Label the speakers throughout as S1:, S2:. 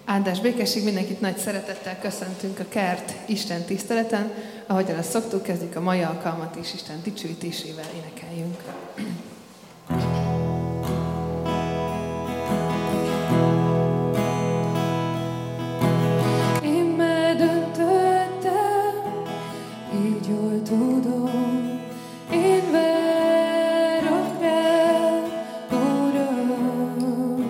S1: Áldás békesség, mindenkit nagy szeretettel köszöntünk a Kert Isten tiszteleten. Ahogyan azt szoktuk, kezdjük a mai alkalmat is, Isten dicsőítésével énekeljünk. Én már döntöttem, így jól tudom, én várok rád, Uram.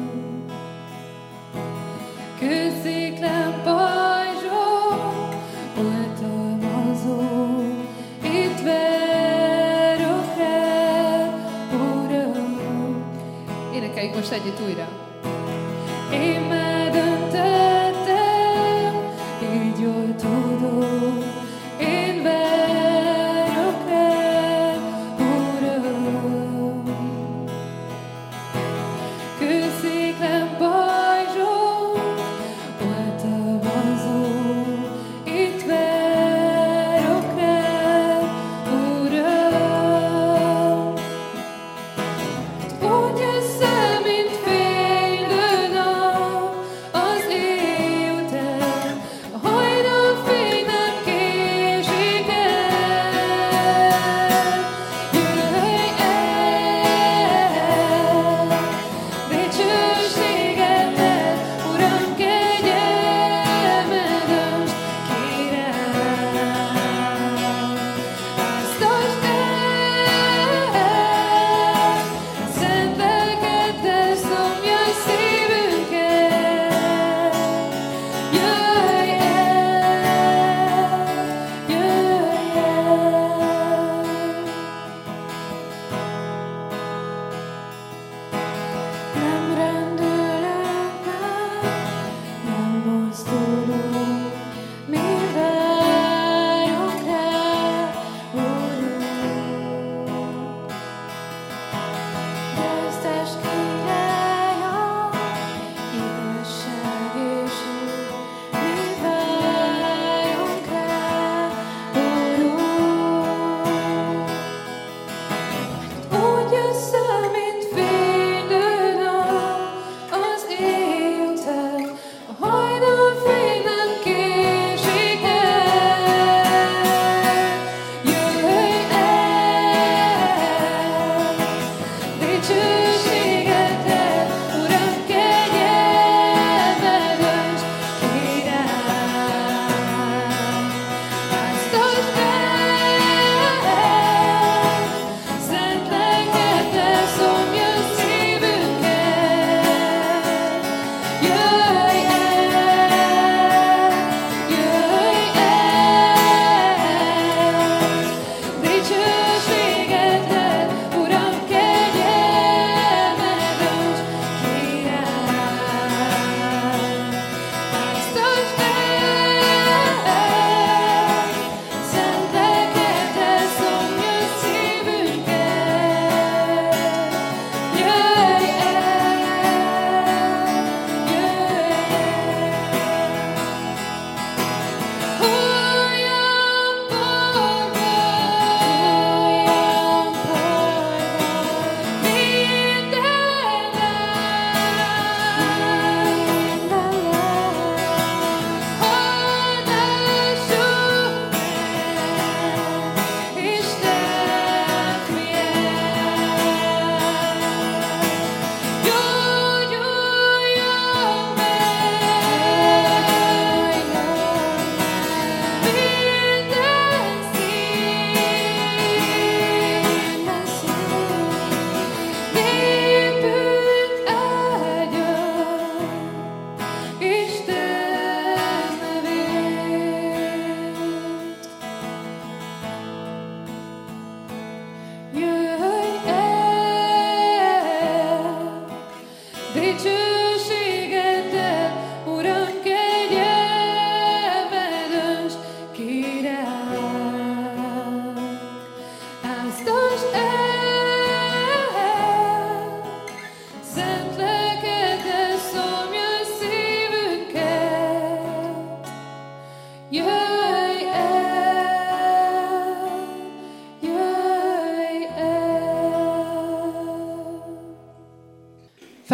S1: Kőszéklen pajzson, oltalmazó, itt várok rád, Uram. Énekeljük most együtt újra. Én már döntöttem, így jól tudom, én várok rád, Uram. Kőszéklen pajzson, oltalmazó, itt várok rád, Uram. Úgy jössz el, mint fény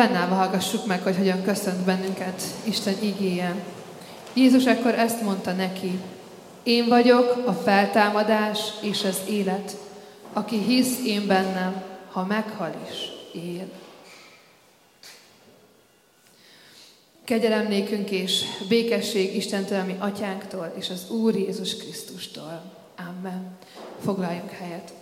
S1: Fennállva hallgassuk meg, hogy hogyan köszönt bennünket Isten igéje. Jézus ekkor ezt mondta neki: én vagyok a feltámadás és az élet. Aki hisz én bennem, ha meghal is, él. Kegyelem nékünk és békesség Istentől, ami Atyánktól, és az Úr Jézus Krisztustól. Amen. Foglaljunk helyet.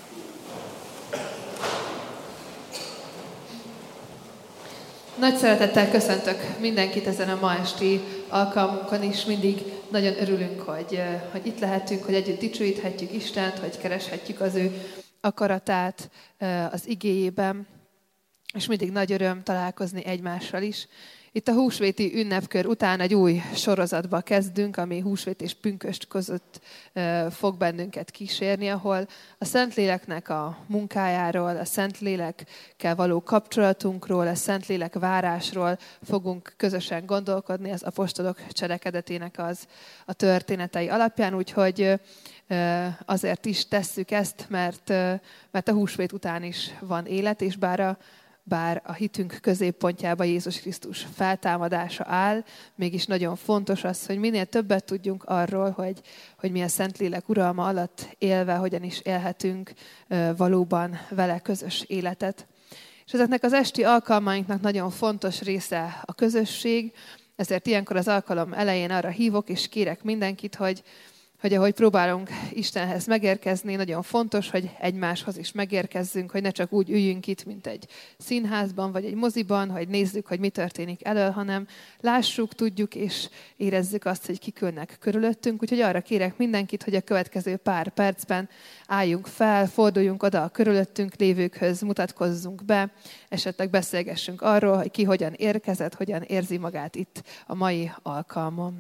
S1: Nagy szeretettel köszöntök mindenkit ezen a ma esti alkalmunkon is. Mindig nagyon örülünk, hogy itt lehetünk, hogy együtt dicsőíthetjük Istent, hogy kereshetjük az ő akaratát az igéjében, és mindig nagy öröm találkozni egymással is. Itt a húsvéti ünnepkör után egy új sorozatba kezdünk, ami húsvét és pünkösd között fog bennünket kísérni, ahol a Szentléleknek a munkájáról, a Szentlélekkel való kapcsolatunkról, a Szentlélek várásról fogunk közösen gondolkodni az apostolok cselekedetének a történetei alapján, úgyhogy azért is tesszük ezt, mert a húsvét után is van élet, és bár a hitünk középpontjában Jézus Krisztus feltámadása áll, mégis nagyon fontos az, hogy minél többet tudjunk arról, hogy mi a Szentlélek uralma alatt élve, hogyan is élhetünk valóban vele közös életet. És ezeknek az esti alkalmainknak nagyon fontos része a közösség, ezért ilyenkor az alkalom elején arra hívok és kérek mindenkit, hogy ahogy próbálunk Istenhez megérkezni, nagyon fontos, hogy egymáshoz is megérkezzünk, hogy ne csak úgy üljünk itt, mint egy színházban, vagy egy moziban, hogy nézzük, hogy mi történik elől, hanem lássuk, tudjuk és érezzük azt, hogy kik ülnek körülöttünk. Úgyhogy arra kérek mindenkit, hogy a következő pár percben álljunk fel, forduljunk oda a körülöttünk lévőkhöz, mutatkozzunk be, esetleg beszélgessünk arról, hogy ki hogyan érkezett, hogyan érzi magát itt a mai alkalmon.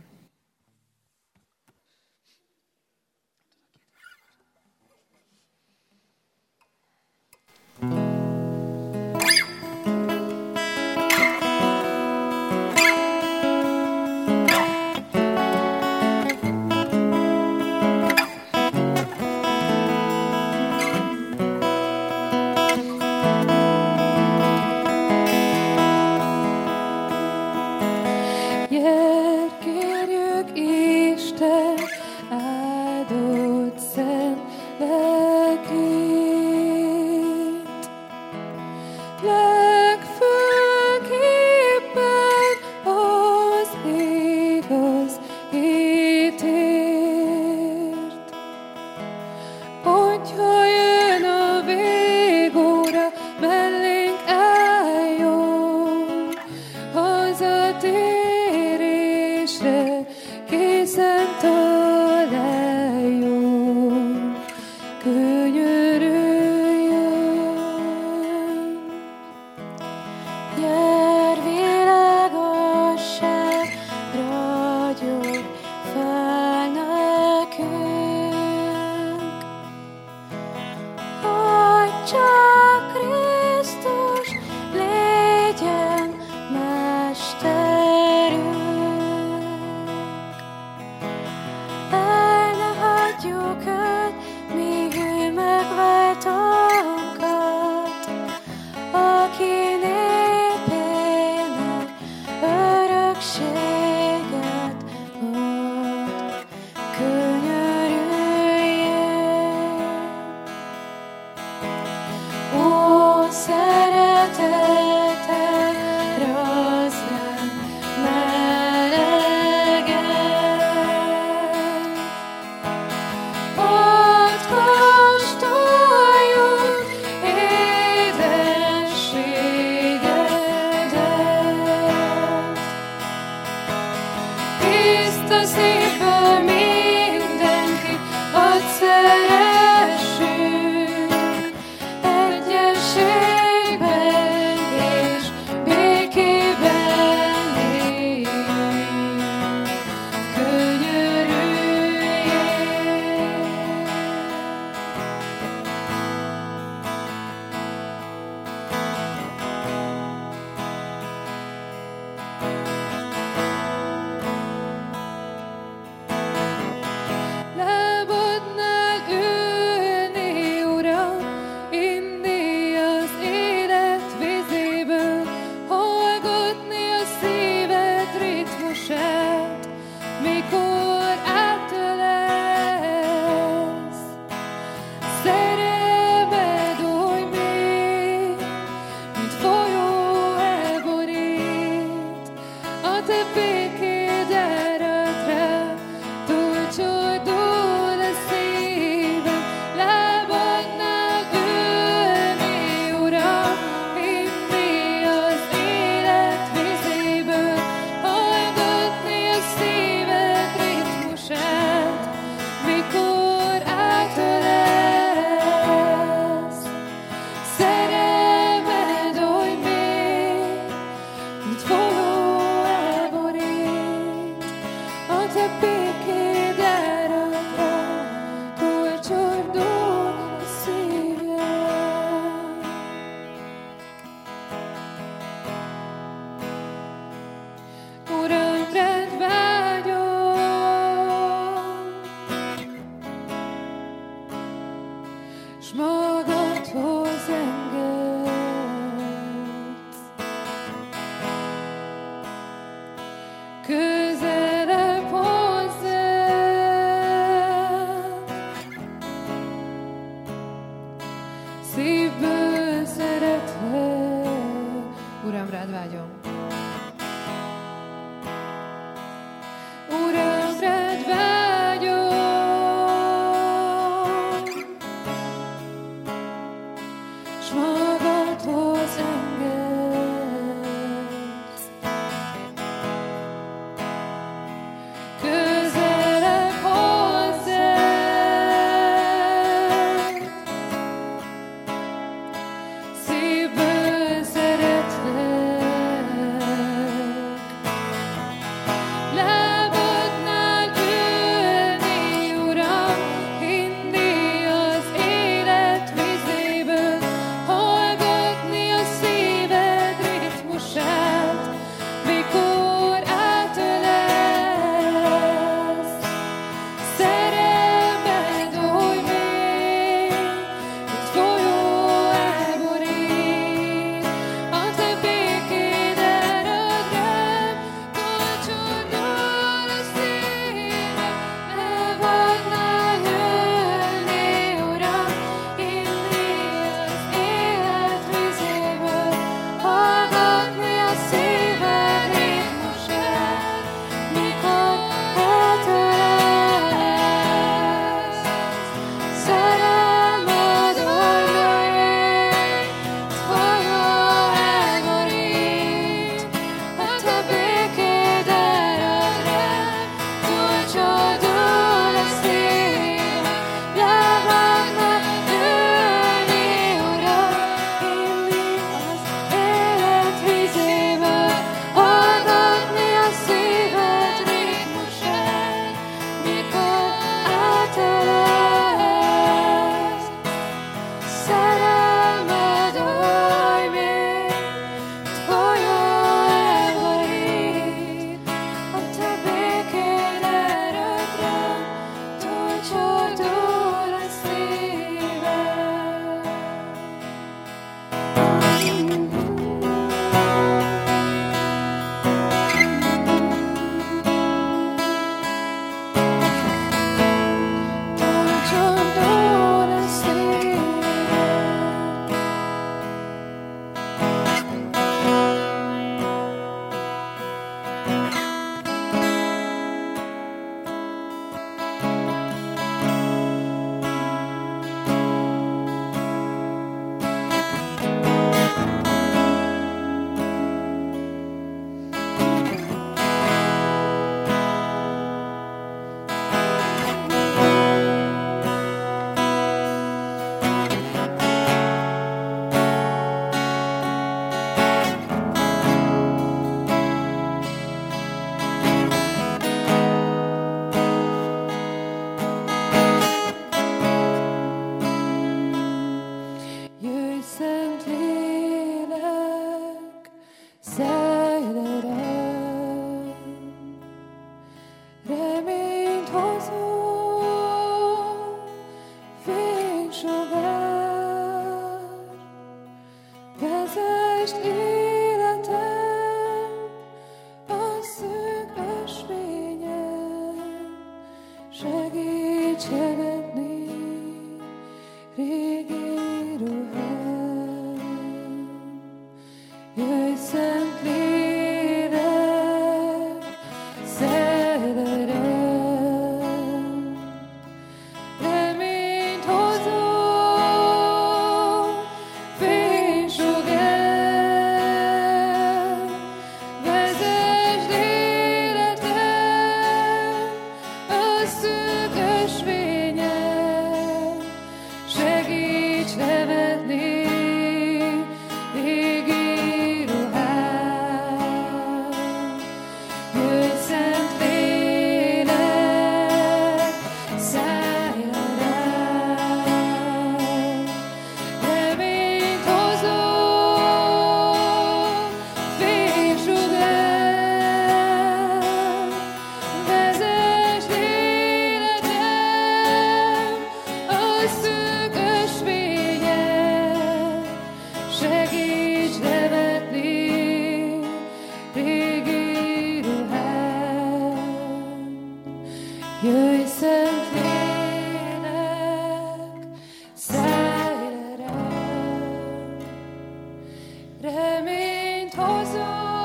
S2: Közelebb hozzá. Jöjj, Szent Lélek, szállj le rám, reményt hozó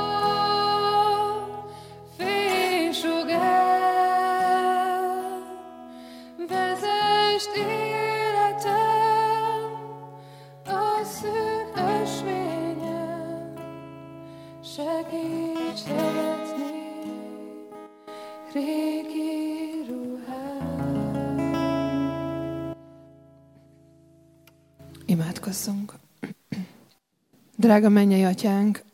S2: fénysugár, vezesd életem a szűk ösvényen, segíts szeretni régi ruhám.
S1: Imádkozzunk. Drága mennyei Atyánk,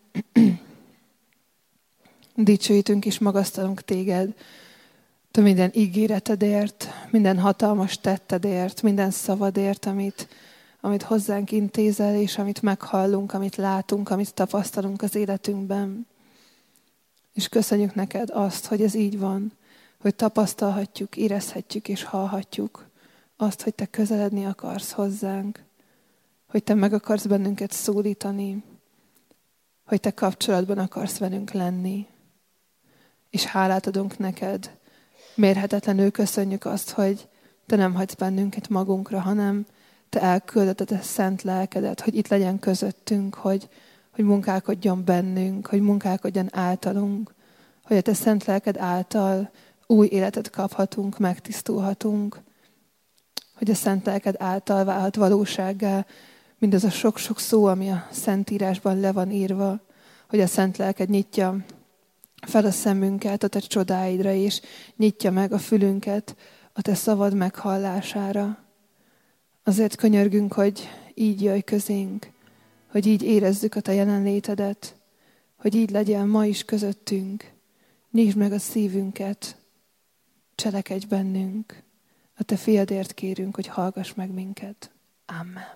S1: dicsőítünk és magasztalunk Téged, Te minden ígéretedért, minden hatalmas tettedért, minden szavadért, amit hozzánk intézel, és amit meghallunk, amit látunk, amit tapasztalunk az életünkben. És köszönjük neked azt, hogy ez így van, hogy tapasztalhatjuk, érezhetjük és hallhatjuk azt, hogy Te közeledni akarsz hozzánk, hogy Te meg akarsz bennünket szólítani, hogy Te kapcsolatban akarsz velünk lenni. És hálát adunk neked. Mérhetetlenül köszönjük azt, hogy Te nem hagysz bennünket magunkra, hanem Te elküldöd a Te szent lelkedet, hogy itt legyen közöttünk, hogy munkálkodjon bennünk, hogy munkálkodjon általunk, hogy a Te szent lelked által új életet kaphatunk, megtisztulhatunk, hogy a szent lelked által válhat valósággá mindaz a sok-sok szó, ami a Szentírásban le van írva, hogy a szent lelked nyitja fel a szemünket a Te csodáidra, és nyitja meg a fülünket a Te szavad meghallására. Azért könyörgünk, hogy így jöjj közénk, hogy így érezzük a Te jelenlétedet, hogy így legyen ma is közöttünk. Nyisd meg a szívünket, cselekedj bennünk. A Te fiadért kérünk, hogy hallgass meg minket. Amen.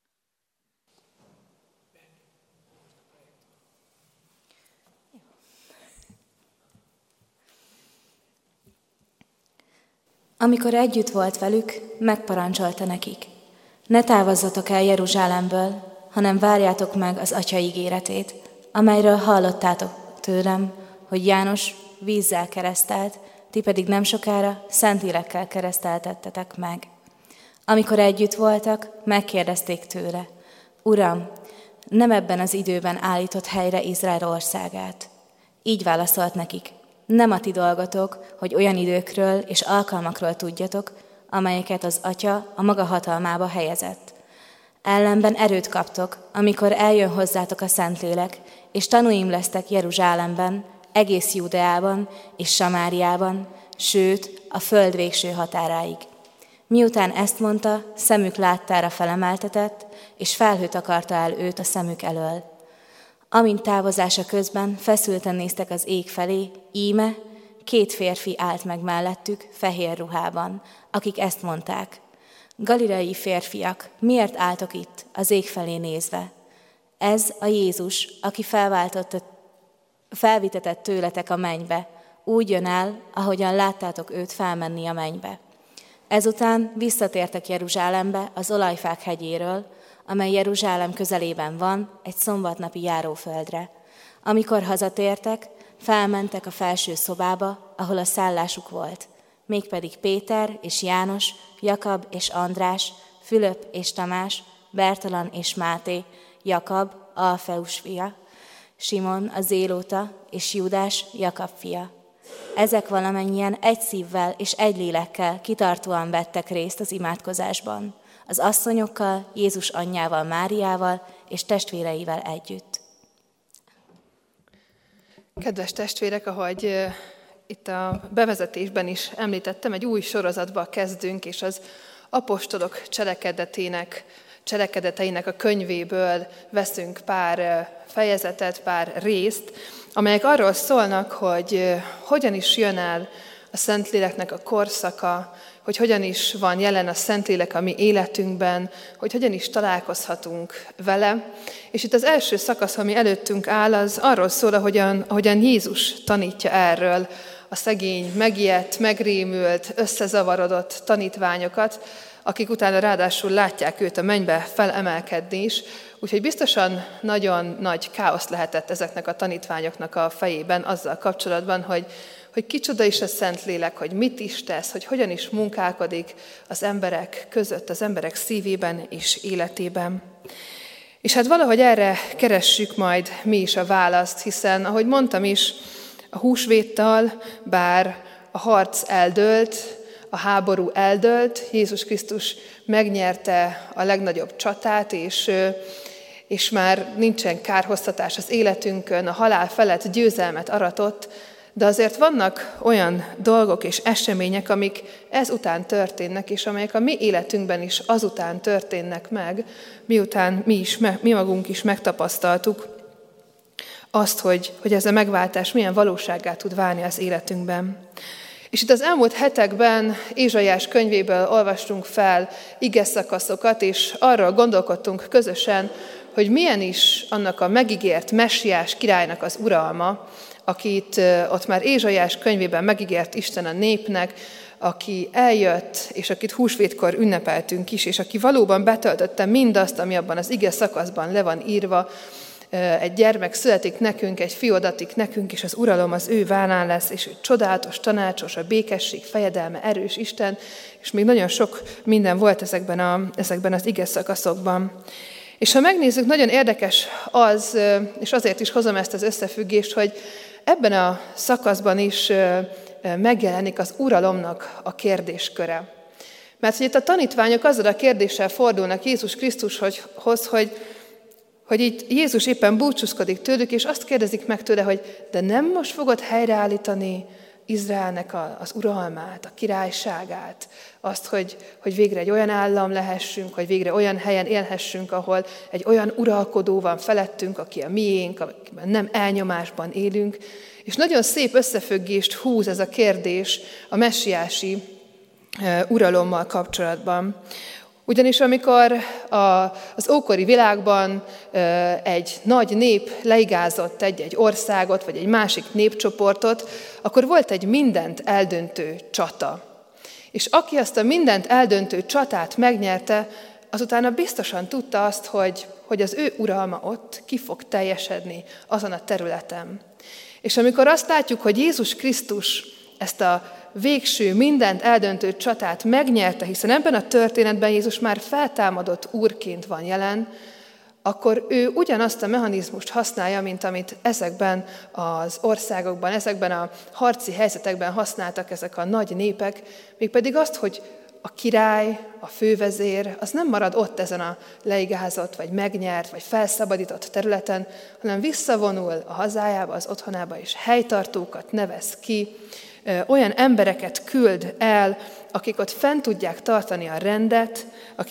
S3: Amikor együtt volt velük, megparancsolta nekik: ne távozzatok el Jeruzsálemből, hanem várjátok meg az Atya ígéretét, amelyről hallottátok tőlem, hogy János vízzel keresztelt, ti pedig nem sokára Szentlélekkel kereszteltettetek meg. Amikor együtt voltak, megkérdezték tőle: Uram, nem ebben az időben állított helyre Izrael országát? Így válaszolt nekik: nem a ti dolgotok, hogy olyan időkről és alkalmakról tudjatok, amelyeket az Atya a maga hatalmába helyezett. Ellenben erőt kaptok, amikor eljön hozzátok a Szentlélek, és tanúim lesztek Jeruzsálemben, egész Júdeában és Samáriában, sőt, a föld végső határáig. Miután ezt mondta, szemük láttára felemeltetett, és felhőt akarta el őt a szemük elől. Amint távozása közben feszülten néztek az ég felé, íme 2 férfi állt meg mellettük fehér ruhában, akik ezt mondták: Galileai férfiak, miért álltok itt, az ég felé nézve? Ez a Jézus, aki felvitetett tőletek a mennybe, úgy jön el, ahogyan láttátok őt felmenni a mennybe. Ezután visszatértek Jeruzsálembe az Olajfák hegyéről, amely Jeruzsálem közelében van, egy szombatnapi járóföldre. Amikor hazatértek, felmentek a felső szobába, ahol a szállásuk volt, mégpedig Péter és János, Jakab és András, Fülöp és Tamás, Bertalan és Máté, Jakab, Alfeus fia, Simon a zélóta és Júdás, Jakab fia. Ezek valamennyien egy szívvel és egy lélekkel kitartóan vettek részt az imádkozásban, az asszonyokkal, Jézus anyjával, Máriával és testvéreivel együtt.
S1: Kedves testvérek, ahogy itt a bevezetésben is említettem, egy új sorozatba kezdünk, és az apostolok cselekedeteinek a könyvéből veszünk pár fejezetet, pár részt, amelyek arról szólnak, hogy hogyan is jön el a Szentléleknek a korszaka, hogy hogyan is van jelen a Szentlélek a mi életünkben, hogy hogyan is találkozhatunk vele. És itt az első szakasz, ami előttünk áll, az arról szól, ahogyan Jézus tanítja erről a szegény, megijedt, megrémült, összezavarodott tanítványokat, akik utána ráadásul látják őt a mennybe felemelkedni is. Úgyhogy biztosan nagyon nagy káosz lehetett ezeknek a tanítványoknak a fejében azzal kapcsolatban, hogy kicsoda is a Szentlélek, hogy mit is tesz, hogy hogyan is munkálkodik az emberek között, az emberek szívében és életében. És hát valahogy erre keressük majd mi is a választ, hiszen, ahogy mondtam is, a húsvéttal, bár a harc eldőlt, a háború eldőlt, Jézus Krisztus megnyerte a legnagyobb csatát, és már nincsen kárhoztatás az életünkön, a halál felett győzelmet aratott, de azért vannak olyan dolgok és események, amik ezután történnek, és amelyek a mi életünkben is azután történnek meg, miután mi magunk is megtapasztaltuk azt, hogy ez a megváltás milyen valósággá tud válni az életünkben. És itt az elmúlt hetekben Ézsaiás könyvéből olvastunk fel igeszakaszokat, és arról gondolkodtunk közösen, hogy milyen is annak a megígért messiás királynak az uralma, akit ott már Ézsaiás könyvében megígért Isten a népnek, aki eljött, és akit húsvétkor ünnepeltünk is, és aki valóban betöltötte mindazt, ami abban az ige szakaszban le van írva. Egy gyermek születik nekünk, egy fiú adatik nekünk, és az uralom az ő vállán lesz, és ő csodálatos, tanácsos, a békesség, fejedelme, erős Isten, és még nagyon sok minden volt ezekben az ige szakaszokban. És ha megnézzük, nagyon érdekes az, és azért is hozom ezt az összefüggést, hogy ebben a szakaszban is megjelenik az uralomnak a kérdésköre. Mert hogy itt a tanítványok azzal a kérdéssel fordulnak Jézus Krisztushoz, hogy itt Jézus éppen búcsúzkodik tőlük, és azt kérdezik meg tőle, hogy de nem most fogod helyreállítani Izraelnek az uralmát, a királyságát, azt, hogy végre egy olyan állam lehessünk, hogy végre olyan helyen élhessünk, ahol egy olyan uralkodó van felettünk, aki a miénk, akiben nem elnyomásban élünk. És nagyon szép összefüggést húz ez a kérdés a messiási uralommal kapcsolatban. Ugyanis amikor az ókori világban egy nagy nép leigázott egy országot, vagy egy másik népcsoportot, akkor volt egy mindent eldöntő csata. És aki azt a mindent eldöntő csatát megnyerte, azutána biztosan tudta azt, hogy az ő uralma ott ki fog teljesedni azon a területen. És amikor azt látjuk, hogy Jézus Krisztus ezt a végső, mindent eldöntő csatát megnyerte, hiszen ebben a történetben Jézus már feltámadott úrként van jelen, akkor ő ugyanazt a mechanizmust használja, mint amit ezekben az országokban, ezekben a harci helyzetekben használtak ezek a nagy népek, mégpedig azt, hogy a király, a fővezér, az nem marad ott ezen a leigázott, vagy megnyert, vagy felszabadított területen, hanem visszavonul a hazájába, az otthonába, és helytartókat nevez ki, olyan embereket küld el, akik ott fent tudják tartani a rendet,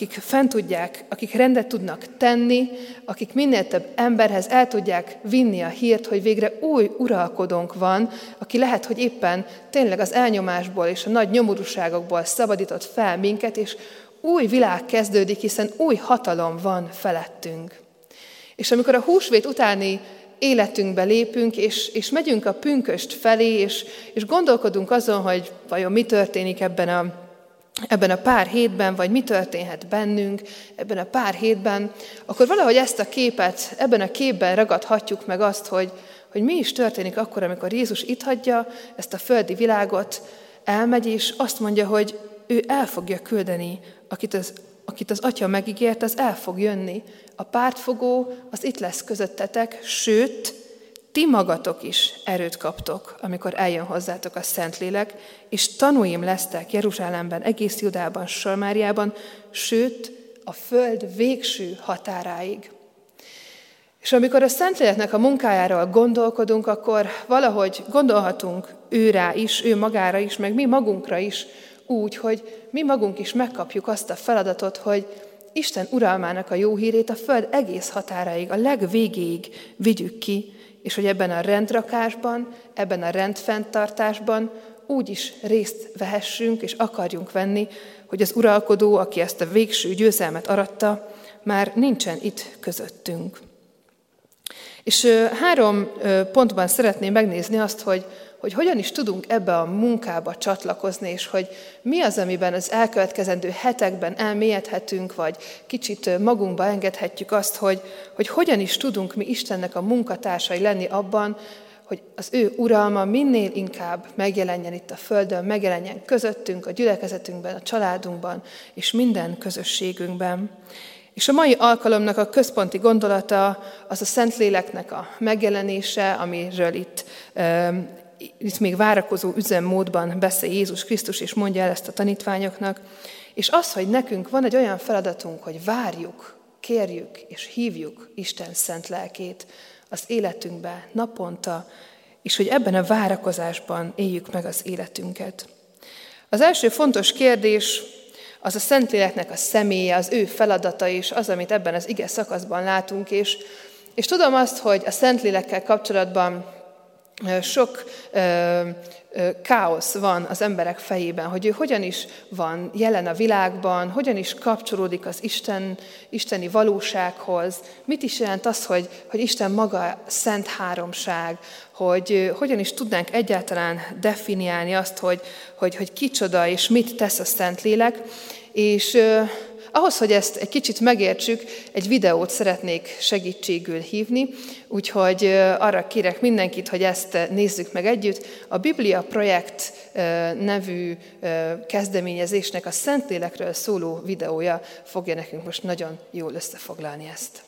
S1: akik rendet tudnak tenni, akik minél több emberhez el tudják vinni a hírt, hogy végre új uralkodónk van, aki lehet, hogy éppen tényleg az elnyomásból és a nagy nyomorúságokból szabadított fel minket, és új világ kezdődik, hiszen új hatalom van felettünk. És amikor a húsvét utáni életünkbe lépünk, és megyünk a pünkösd felé, és gondolkodunk azon, hogy vajon mi történik ebben a pár hétben, vagy mi történhet bennünk ebben a pár hétben, akkor valahogy ezt a képet, ebben a képben ragadhatjuk meg azt, hogy mi is történik akkor, amikor Jézus itt hagyja ezt a földi világot, elmegy, és azt mondja, hogy ő el fogja küldeni, akit az Atya megígért, az el fog jönni. A pártfogó az itt lesz közöttetek, sőt, ti magatok is erőt kaptok, amikor eljön hozzátok a Szentlélek, és tanúim lesztek Jeruzsálemben, egész Judában, Samáriában, sőt, a föld végső határáig. És amikor a Szentléleknek a munkájáról gondolkodunk, akkor valahogy gondolhatunk őrá is, ő magára is, meg mi magunkra is, úgy, hogy mi magunk is megkapjuk azt a feladatot, hogy Isten uralmának a jó hírét a föld egész határaig, a legvégéig vigyük ki, és hogy ebben a rendrakásban, ebben a rendfenntartásban úgy is részt vehessünk, és akarjunk venni, hogy az uralkodó, aki ezt a végső győzelmet aratta, már nincsen itt közöttünk. És 3 pontban szeretném megnézni azt, hogy hogyan is tudunk ebbe a munkába csatlakozni, és hogy mi az, amiben az elkövetkezendő hetekben elmélyedhetünk, vagy kicsit magunkba engedhetjük azt, hogy hogyan is tudunk mi Istennek a munkatársai lenni abban, hogy az ő uralma minél inkább megjelenjen itt a földön, megjelenjen közöttünk, a gyülekezetünkben, a családunkban, és minden közösségünkben. És a mai alkalomnak a központi gondolata az a Szentléleknek a megjelenése, amiről itt még várakozó üzemmódban beszél Jézus Krisztus, és mondja el ezt a tanítványoknak. És az, hogy nekünk van egy olyan feladatunk, hogy várjuk, kérjük és hívjuk Isten szent lelkét az életünkbe naponta, és hogy ebben a várakozásban éljük meg az életünket. Az első fontos kérdés az a Szentléleknek a személye, az ő feladata, és az, amit ebben az ige szakaszban látunk, és tudom azt, hogy a Szentlélekkel kapcsolatban sok káosz van az emberek fejében, hogy ő hogyan is van jelen a világban, hogyan is kapcsolódik az isteni valósághoz, mit is jelent az, hogy Isten maga szent háromság, hogy hogyan is tudnánk egyáltalán definiálni azt, hogy kicsoda és mit tesz a Szentlélek, és ahhoz, hogy ezt egy kicsit megértsük, egy videót szeretnék segítségül hívni, úgyhogy arra kérek mindenkit, hogy ezt nézzük meg együtt. A Biblia Projekt nevű kezdeményezésnek a Szentlélekről szóló videója fogja nekünk most nagyon jól összefoglalni ezt.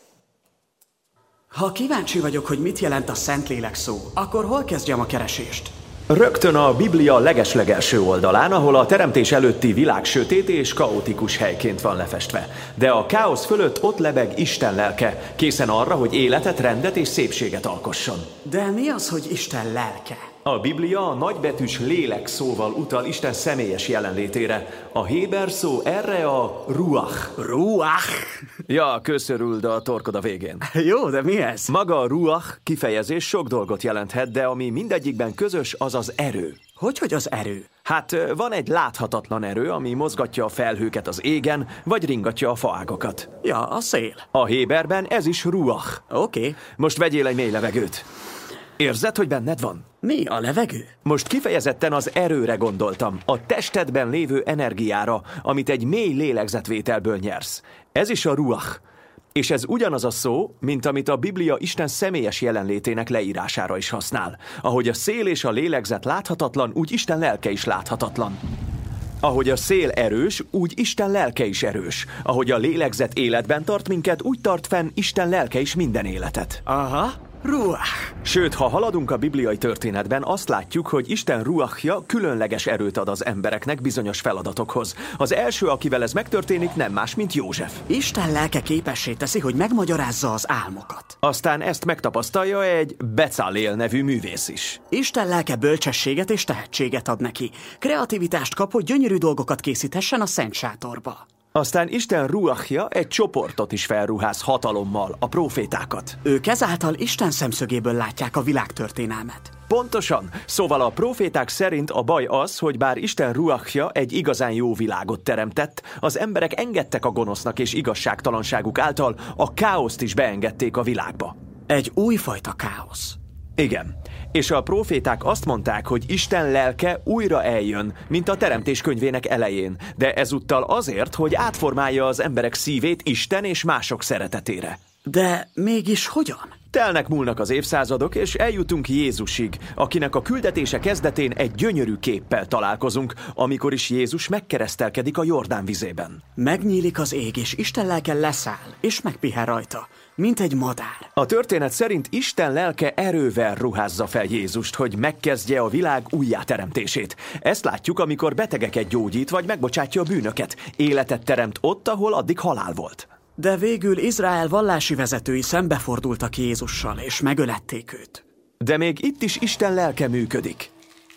S4: Ha kíváncsi vagyok, hogy mit jelent a Szentlélek szó, akkor hol kezdjem a keresést?
S5: Rögtön a Biblia legeslegelső oldalán, ahol a teremtés előtti világ sötét és kaotikus helyként van lefestve. De a káosz fölött ott lebeg Isten lelke, készen arra, hogy életet, rendet és szépséget alkosson.
S4: De mi az, hogy Isten lelke?
S5: A Biblia a nagybetűs lélek szóval utal Isten személyes jelenlétére. A héber szó erre a ruach.
S4: Ruach?
S5: Ja, köszörüld a torkod a végén.
S4: Jó, de mi ez?
S5: Maga a ruach kifejezés sok dolgot jelenthet, de ami mindegyikben közös, az az erő.
S4: Hogy az erő?
S5: Hát van egy láthatatlan erő, ami mozgatja a felhőket az égen, vagy ringatja a faágakat.
S4: Ja, a szél.
S5: A héberben ez is ruach.
S4: Oké.
S5: Most vegyél egy mély levegőt. Érzed, hogy benned van?
S4: Mi a levegő?
S5: Most kifejezetten az erőre gondoltam, a testedben lévő energiára, amit egy mély lélegzetvételből nyersz. Ez is a ruach. És ez ugyanaz a szó, mint amit a Biblia Isten személyes jelenlétének leírására is használ. Ahogy a szél és a lélegzet láthatatlan, úgy Isten lelke is láthatatlan. Ahogy a szél erős, úgy Isten lelke is erős. Ahogy a lélegzet életben tart minket, úgy tart fenn Isten lelke is minden életet.
S4: Aha. Ruach.
S5: Sőt, ha haladunk a bibliai történetben, azt látjuk, hogy Isten ruachja különleges erőt ad az embereknek bizonyos feladatokhoz. Az első, akivel ez megtörténik, nem más, mint József.
S4: Isten lelke képessé teszi, hogy megmagyarázza az álmokat.
S5: Aztán ezt megtapasztalja egy Becalél nevű művész is.
S4: Isten lelke bölcsességet és tehetséget ad neki. Kreativitást kap, hogy gyönyörű dolgokat készíthessen a Szent Sátorba.
S5: Aztán Isten ruachja egy csoportot is felruház hatalommal, a prófétákat.
S4: Ők ezáltal Isten szemszögéből látják a világtörténelmet.
S5: Pontosan. Szóval a próféták szerint a baj az, hogy bár Isten ruachja egy igazán jó világot teremtett, az emberek engedtek a gonosznak és igazságtalanságuk által, a káoszt is beengedték a világba.
S4: Egy újfajta káosz.
S5: Igen. És a próféták azt mondták, hogy Isten lelke újra eljön, mint a teremtés könyvének elején, de ezúttal azért, hogy átformálja az emberek szívét Isten és mások szeretetére.
S4: De mégis hogyan?
S5: Telnek-múlnak az évszázadok, és eljutunk Jézusig, akinek a küldetése kezdetén egy gyönyörű képpel találkozunk, amikor is Jézus megkeresztelkedik a Jordán vizében.
S4: Megnyílik az ég, és Isten lelke leszáll, és megpihen rajta, mint egy madár.
S5: A történet szerint Isten lelke erővel ruházza fel Jézust, hogy megkezdje a világ újjáteremtését. Ezt látjuk, amikor betegeket gyógyít, vagy megbocsátja a bűnöket. Életet teremt ott, ahol addig halál volt.
S4: De végül Izrael vallási vezetői szembefordultak Jézussal, és megölették őt.
S5: De még itt is Isten lelke működik.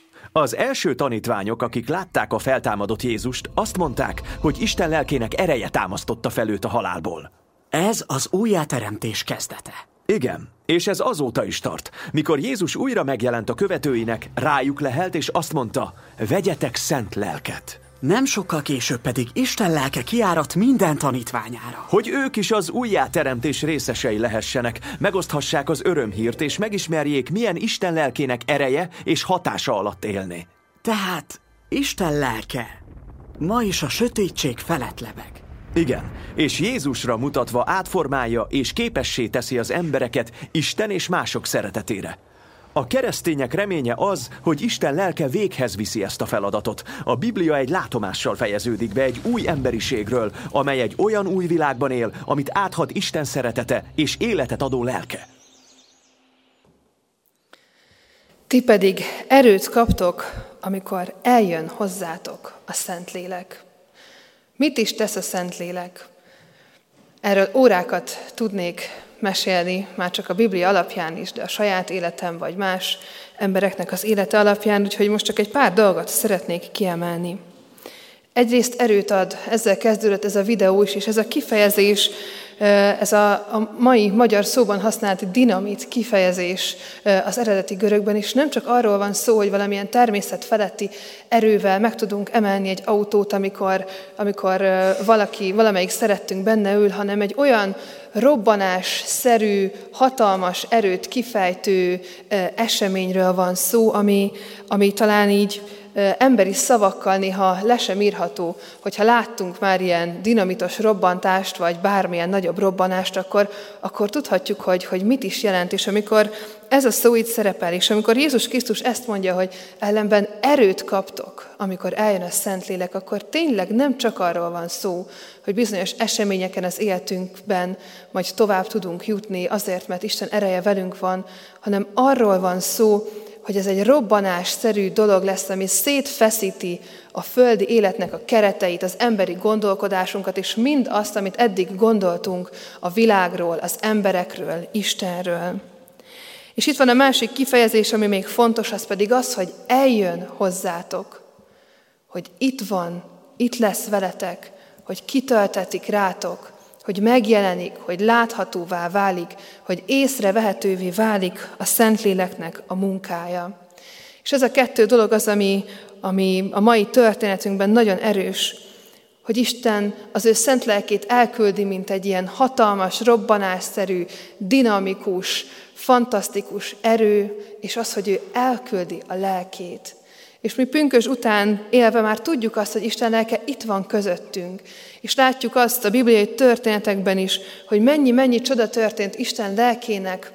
S5: Az első tanítványok, akik látták a feltámadott Jézust, azt mondták, hogy Isten lelkének ereje támasztotta fel őt a halálból.
S4: Ez az újjáteremtés kezdete.
S5: Igen, és ez azóta is tart. Mikor Jézus újra megjelent a követőinek, rájuk lehelt, és azt mondta, vegyetek szent lelket.
S4: Nem sokkal később pedig Isten lelke kiáradt minden tanítványára.
S5: Hogy ők is az újjáteremtés részesei lehessenek, megoszthassák az örömhírt, és megismerjék, milyen Isten lelkének ereje és hatása alatt élni.
S4: Tehát Isten lelke ma is a sötétség felett lebeg.
S5: Igen, és Jézusra mutatva átformálja és képessé teszi az embereket Isten és mások szeretetére. A keresztények reménye az, hogy Isten lelke véghez viszi ezt a feladatot. A Biblia egy látomással fejeződik be egy új emberiségről, amely egy olyan új világban él, amit áthat Isten szeretete és életet adó lelke.
S1: Ti pedig erőt kaptok, amikor eljön hozzátok a Szentlélek. Mit is tesz a Szentlélek? Erről órákat tudnék mesélni, már csak a Biblia alapján is, de a saját életem vagy más embereknek az élete alapján, úgyhogy most csak egy pár dolgot szeretnék kiemelni. Egyrészt erőt ad, ezzel kezdődött ez a videó is, és ez a kifejezés, ez a mai magyar szóban használt dinamit kifejezés az eredeti görögben is nem csak arról van szó, hogy valamilyen természetfeletti erővel meg tudunk emelni egy autót, amikor valamelyik szerettünk benne ül, hanem egy olyan robbanásszerű, hatalmas erőt kifejtő eseményről van szó, ami talán így emberi szavakkal néha le sem írható, hogyha láttunk már ilyen dinamitos robbantást, vagy bármilyen nagyobb robbanást, akkor tudhatjuk, hogy mit is jelent, és amikor ez a szó itt szerepel, és amikor Jézus Krisztus ezt mondja, hogy ellenben erőt kaptok, amikor eljön a Szentlélek, akkor tényleg nem csak arról van szó, hogy bizonyos eseményeken az életünkben majd tovább tudunk jutni azért, mert Isten ereje velünk van, hanem arról van szó, hogy ez egy robbanásszerű dolog lesz, ami szétfeszíti a földi életnek a kereteit, az emberi gondolkodásunkat, és mind azt, amit eddig gondoltunk a világról, az emberekről, Istenről. És itt van a másik kifejezés, ami még fontos, az pedig az, hogy eljön hozzátok, hogy itt van, itt lesz veletek, hogy kitöltetik rátok, hogy megjelenik, hogy láthatóvá válik, hogy észrevehetővé válik a Szentléleknek a munkája. És ez a kettő dolog az, ami a mai történetünkben nagyon erős, hogy Isten az ő szent lelkét elküldi, mint egy ilyen hatalmas, robbanásszerű, dinamikus, fantasztikus erő, és az, hogy ő elküldi a lelkét. És mi pünkösd után élve már tudjuk azt, hogy Isten lelke itt van közöttünk. És látjuk azt a bibliai történetekben is, hogy mennyi csoda történt Isten lelkének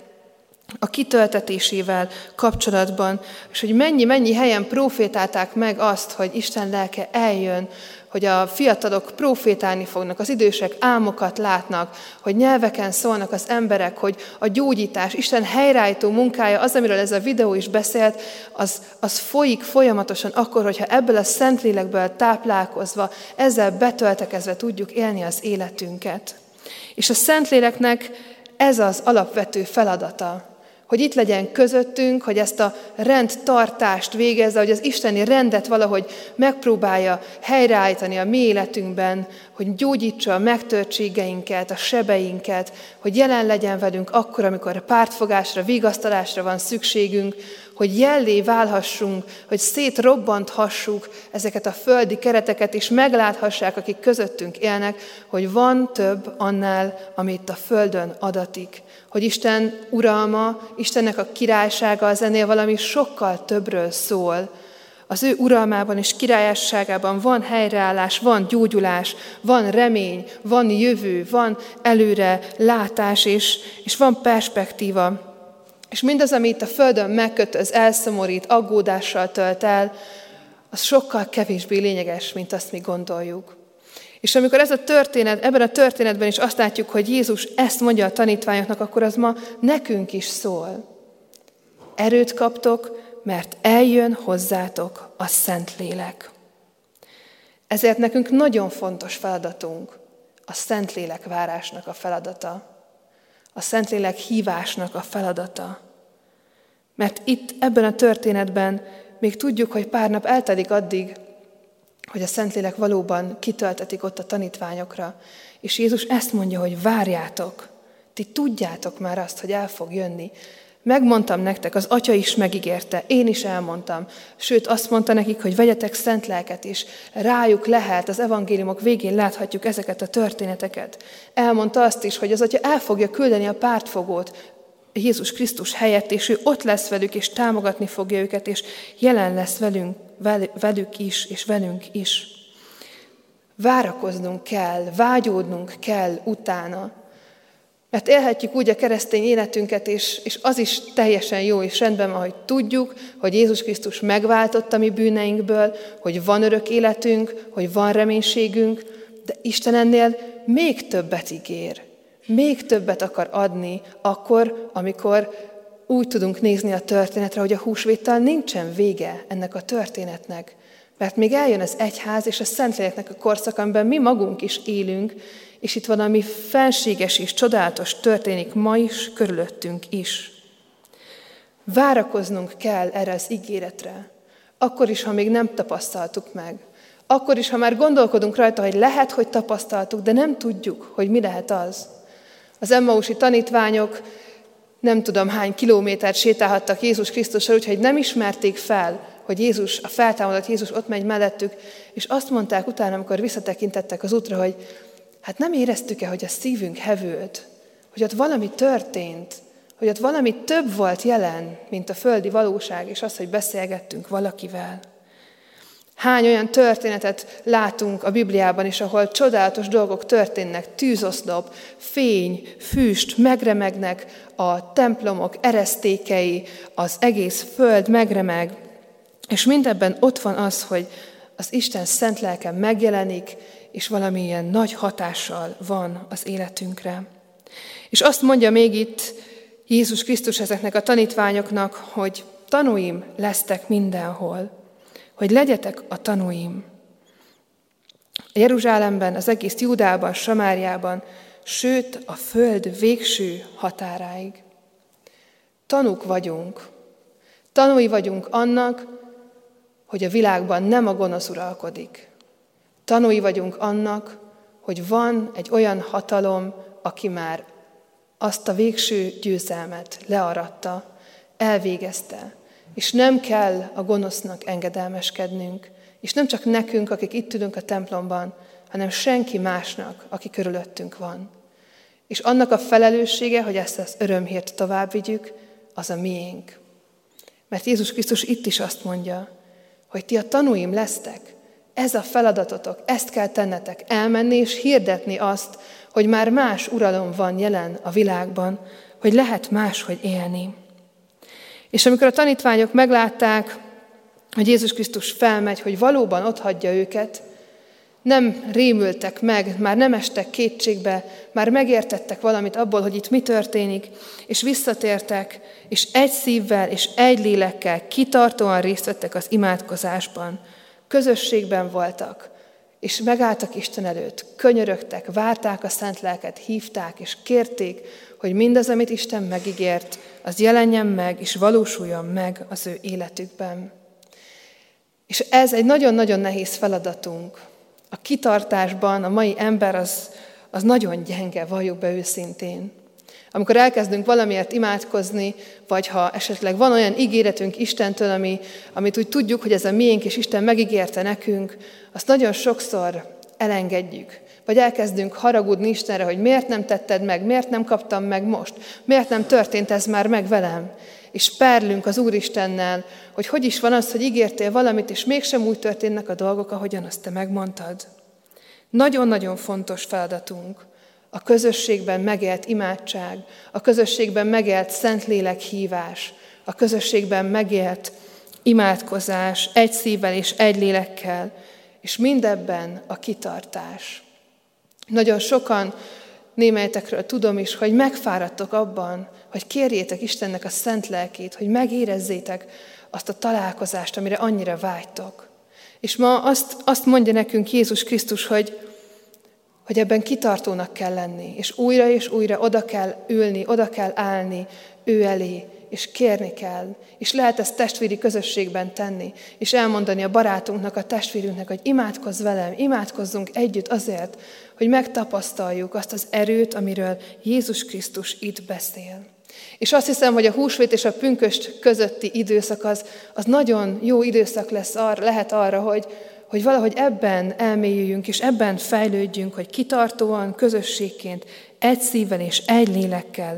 S1: a kitöltetésével kapcsolatban, és hogy mennyi helyen profétálták meg azt, hogy Isten lelke eljön, hogy a fiatalok profétálni fognak, az idősek álmokat látnak, hogy nyelveken szólnak az emberek, hogy a gyógyítás, Isten helyreállító munkája, az, amiről ez a videó is beszélt, az folyik folyamatosan akkor, hogyha ebből a Szentlélekből táplálkozva, ezzel betöltekezve tudjuk élni az életünket. És a Szentléleknek ez az alapvető feladata, hogy itt legyen közöttünk, hogy ezt a rendtartást végezze, hogy az isteni rendet valahogy megpróbálja helyreállítani a mi életünkben, hogy gyógyítsa a megtörtségeinket, a sebeinket, hogy jelen legyen velünk akkor, amikor a pártfogásra, vigasztalásra van szükségünk, hogy jellé válhassunk, hogy szétrobbanthassuk ezeket a földi kereteket, és megláthassák, akik közöttünk élnek, hogy van több annál, amit a földön adatik. Hogy Isten uralma, Istennek a királysága az ennél valami sokkal többről szól. Az ő uralmában és királyosságában van helyreállás, van gyógyulás, van remény, van jövő, van előre látás, és van perspektíva. És mindaz, ami itt a földön megkötöz, elszomorít, aggódással tölt el, az sokkal kevésbé lényeges, mint azt mi gondoljuk. És amikor ebben a történetben is azt látjuk, hogy Jézus ezt mondja a tanítványoknak, akkor az ma nekünk is szól. Erőt kaptok, mert eljön hozzátok a Szentlélek. Ezért nekünk nagyon fontos feladatunk a Szentlélek várásnak a feladata, a Szentlélek hívásnak a feladata. Mert itt ebben a történetben még tudjuk, hogy pár nap eltelik addig, hogy a Szentlélek valóban kitöltetik ott a tanítványokra. És Jézus ezt mondja, hogy várjátok, ti tudjátok már azt, hogy el fog jönni. Megmondtam nektek, az Atya is megígérte, én is elmondtam. Sőt, azt mondta nekik, hogy vegyetek szent lelket is. Rájuk lehet, az evangéliumok végén láthatjuk ezeket a történeteket. Elmondta azt is, hogy az Atya el fogja küldeni a pártfogót Jézus Krisztus helyett, és ő ott lesz velük, és támogatni fogja őket, és jelen lesz velük is, és velünk is. Várakoznunk kell, vágyódnunk kell utána. Mert élhetjük úgy a keresztény életünket, és az is teljesen jó és rendben van, hogy tudjuk, hogy Jézus Krisztus megváltott a mi bűneinkből, hogy van örök életünk, hogy van reménységünk, de Isten ennél még többet ígér. Még többet akar adni akkor, amikor úgy tudunk nézni a történetre, hogy a húsvéttal nincsen vége ennek a történetnek. Mert még eljön az egyház és a Szentléleknek a korszak, amiben mi magunk is élünk, és itt valami fenséges és csodálatos történik ma is, körülöttünk is. Várakoznunk kell erre az ígéretre, akkor is, ha még nem tapasztaltuk meg. Akkor is, ha már gondolkodunk rajta, hogy lehet, hogy tapasztaltuk, de nem tudjuk, hogy mi lehet az. Az emmausi tanítványok nem tudom hány kilométert sétálhattak Jézus Krisztussal, úgyhogy nem ismerték fel, hogy Jézus, a feltámadott Jézus ott megy mellettük, és azt mondták utána, amikor visszatekintettek az útra, hogy hát nem éreztük-e, hogy a szívünk hevült, hogy ott valami történt, hogy ott valami több volt jelen, mint a földi valóság, és az, hogy beszélgettünk valakivel. Hány olyan történetet látunk a Bibliában is, ahol csodálatos dolgok történnek, tűzoszlop, fény, füst, megremegnek a templomok eresztékei, az egész föld megremeg, és mindebben ott van az, hogy az Isten szent lelke megjelenik, és valamilyen nagy hatással van az életünkre. És azt mondja még itt Jézus Krisztus ezeknek a tanítványoknak, hogy tanúim lesztek mindenhol, hogy legyetek a tanúim. Jeruzsálemben, az egész Júdeában, Samáriában, sőt a föld végső határáig. Tanúk vagyunk. Tanúi vagyunk annak, hogy a világban nem a gonosz uralkodik. Tanúi vagyunk annak, hogy van egy olyan hatalom, aki már azt a végső győzelmet learatta, elvégezte, és nem kell a gonosznak engedelmeskednünk, és nem csak nekünk, akik itt ülünk a templomban, hanem senki másnak, aki körülöttünk van. És annak a felelőssége, hogy ezt az örömhírt tovább vigyük, az a miénk. Mert Jézus Krisztus itt is azt mondja, hogy ti a tanúim lesztek, ez a feladatotok, ezt kell tennetek, elmenni és hirdetni azt, hogy már más uralom van jelen a világban, hogy lehet máshogy élni. És amikor a tanítványok meglátták, hogy Jézus Krisztus felmegy, hogy valóban otthagyja őket, nem rémültek meg, már nem estek kétségbe, már megértettek valamit abból, hogy itt mi történik, és visszatértek, és egy szívvel és egy lélekkel kitartóan részt vettek az imádkozásban. Közösségben voltak, és megálltak Isten előtt, könyörögtek, várták a szent lelket, hívták, és kérték, hogy mindaz, amit Isten megígért, az jelenjen meg, és valósuljon meg az ő életükben. És ez egy nagyon-nagyon nehéz feladatunk. A kitartásban a mai ember az nagyon gyenge, valljuk be őszintén. Amikor elkezdünk valamiért imádkozni, vagy ha esetleg van olyan ígéretünk Istentől, amit úgy tudjuk, hogy ez a miénk, és Isten megígérte nekünk, azt nagyon sokszor elengedjük. Vagy elkezdünk haragudni Istenre, hogy miért nem tetted meg, miért nem kaptam meg most, miért nem történt ez már meg velem. És perlünk az Úristennel, hogy is van az, hogy ígértél valamit, és mégsem úgy történnek a dolgok, ahogyan azt te megmondtad. Nagyon-nagyon fontos feladatunk a közösségben megélt imádság, a közösségben megélt Szentlélek hívás, a közösségben megélt imádkozás egy szívvel és egy lélekkel, és mindebben a kitartás. Nagyon sokan, némelyetekről tudom is, hogy megfáradtok abban, hogy kérjétek Istennek a szent lelkét, hogy megérezzétek azt a találkozást, amire annyira vágytok. És ma azt mondja nekünk Jézus Krisztus, hogy ebben kitartónak kell lenni, és újra oda kell ülni, oda kell állni ő elé, és kérni kell. És lehet ezt testvéri közösségben tenni, és elmondani a barátunknak, a testvérünknek, hogy imádkozz velem, imádkozzunk együtt azért, hogy megtapasztaljuk azt az erőt, amiről Jézus Krisztus itt beszél. És azt hiszem, hogy a húsvét és a pünkösd közötti időszak az nagyon jó időszak lehet arra, hogy valahogy ebben elmélyüljünk, és ebben fejlődjünk, hogy kitartóan, közösségként, egy szívvel és egy lélekkel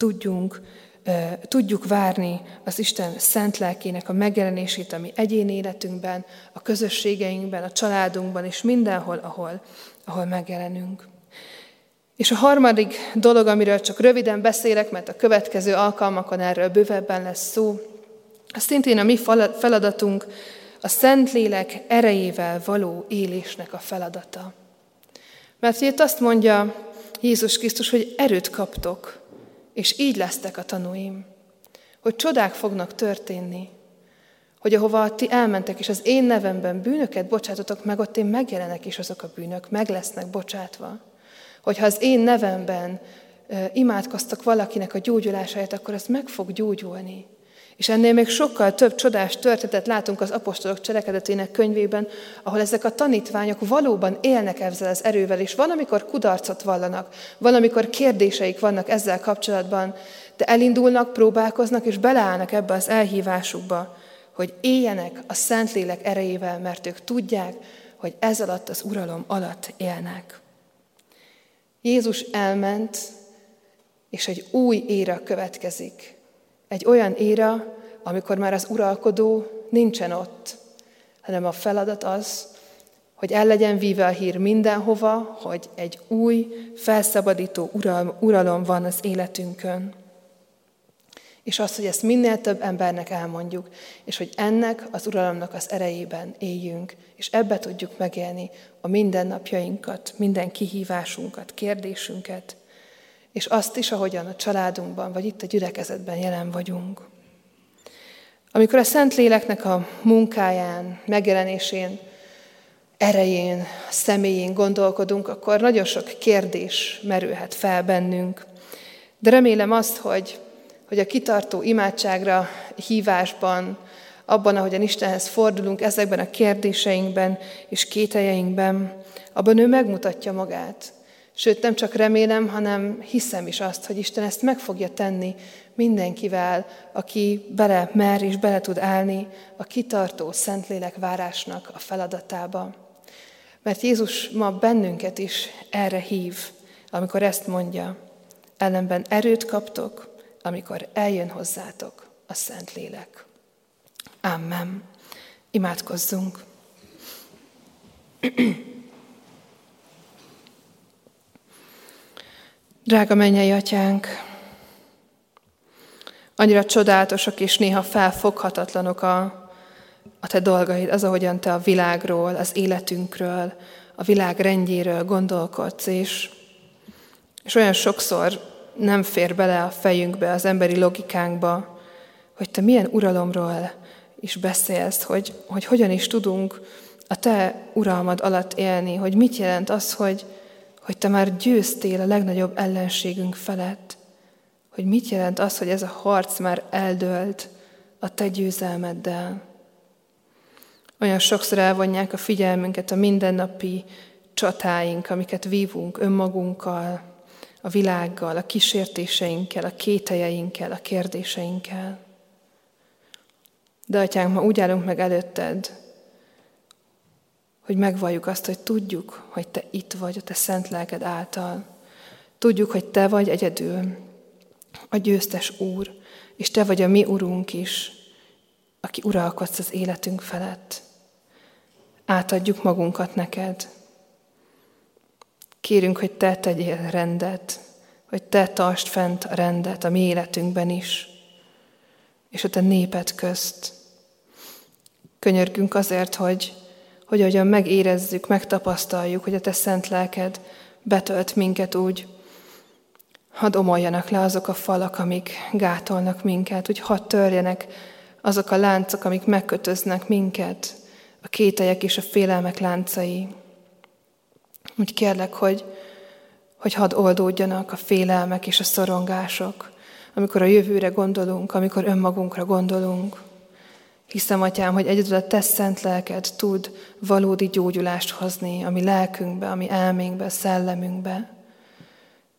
S1: tudjuk várni az Isten szent lelkének a megjelenését a mi egyéni életünkben, a közösségeinkben, a családunkban, és mindenhol, ahol megjelenünk. És a harmadik dolog, amiről csak röviden beszélek, mert a következő alkalmakon erről bővebben lesz szó, az szintén a mi feladatunk, a Szentlélek erejével való élésnek a feladata. Mert itt azt mondja Jézus Krisztus, hogy erőt kaptok, és így lesztek a tanúim, hogy csodák fognak történni, hogy ahova ti elmentek, és az én nevemben bűnöket bocsátotok meg, ott én megjelenek, és azok a bűnök meg lesznek bocsátva. Hogyha az én nevemben imádkoztak valakinek a gyógyulásáért, akkor az meg fog gyógyulni. És ennél még sokkal több csodás történetet látunk az apostolok cselekedetének könyvében, ahol ezek a tanítványok valóban élnek ezzel az erővel, és van, amikor kudarcot vallanak, van, amikor kérdéseik vannak ezzel kapcsolatban, de elindulnak, próbálkoznak, és beleállnak ebbe az elhívásukba, hogy éljenek a Szentlélek erejével, mert ők tudják, hogy ez alatt az uralom alatt élnek. Jézus elment, és egy új éra következik. Egy olyan éra, amikor már az uralkodó nincsen ott, hanem a feladat az, hogy el legyen víve a hír mindenhova, hogy egy új, felszabadító uralom van az életünkön. És az, hogy ezt minél több embernek elmondjuk, és hogy ennek az uralomnak az erejében éljünk, és ebbe tudjuk megélni a mindennapjainkat, minden kihívásunkat, kérdésünket, és azt is, ahogyan a családunkban, vagy itt a gyülekezetben jelen vagyunk. Amikor a Szentléleknek a munkáján, megjelenésén, erején, személyén gondolkodunk, akkor nagyon sok kérdés merülhet fel bennünk. De remélem azt, hogy a kitartó imádságra, hívásban, abban, ahogyan Istenhez fordulunk ezekben a kérdéseinkben és kételjeinkben, abban ő megmutatja magát. Sőt, nem csak remélem, hanem hiszem is azt, hogy Isten ezt meg fogja tenni mindenkivel, aki bele mer és bele tud állni a kitartó Szentlélek várásnak a feladatába. Mert Jézus ma bennünket is erre hív, amikor ezt mondja, ellenben erőt kaptok, amikor eljön hozzátok a Szentlélek. Amen. Imádkozzunk. Drága mennyei Atyánk, annyira csodálatosak és néha felfoghatatlanok a Te dolgaid, az, ahogyan Te a világról, az életünkről, a világ rendjéről gondolkodsz, és olyan sokszor nem fér bele a fejünkbe, az emberi logikánkba, hogy Te milyen uralomról is beszélsz, hogy hogyan is tudunk a Te uralmad alatt élni, hogy mit jelent az, hogy Te már győztél a legnagyobb ellenségünk felett, hogy mit jelent az, hogy ez a harc már eldőlt a Te győzelmeddel. Olyan sokszor elvonják a figyelmünket a mindennapi csatáink, amiket vívunk önmagunkkal, a világgal, a kísértéseinkkel, a kételjeinkkel, a kérdéseinkkel. De Atyánk, ma úgy állunk meg előtted, hogy megvalljuk azt, hogy tudjuk, hogy Te itt vagy a Te szent lelked által. Tudjuk, hogy Te vagy egyedül a győztes Úr, és Te vagy a mi Urunk is, aki uralkodsz az életünk felett. Átadjuk magunkat neked. Kérünk, hogy Te tegyél rendet, hogy Te tartsd fent a rendet a mi életünkben is, és a Te néped közt. Könyörgünk azért, hogy ahogyan megérezzük, megtapasztaljuk, hogy a Te szent lelked betölt minket úgy, hadd omoljanak le azok a falak, amik gátolnak minket, hogy hadd törjenek azok a láncok, amik megkötöznek minket, a kételyek és a félelmek láncai. Úgy kérlek, hogy hadd oldódjanak a félelmek és a szorongások, amikor a jövőre gondolunk, amikor önmagunkra gondolunk. Hiszem, Atyám, hogy egyedül a Te szent lelked tud valódi gyógyulást hozni a mi lelkünkbe, a mi elménkbe, a szellemünkbe.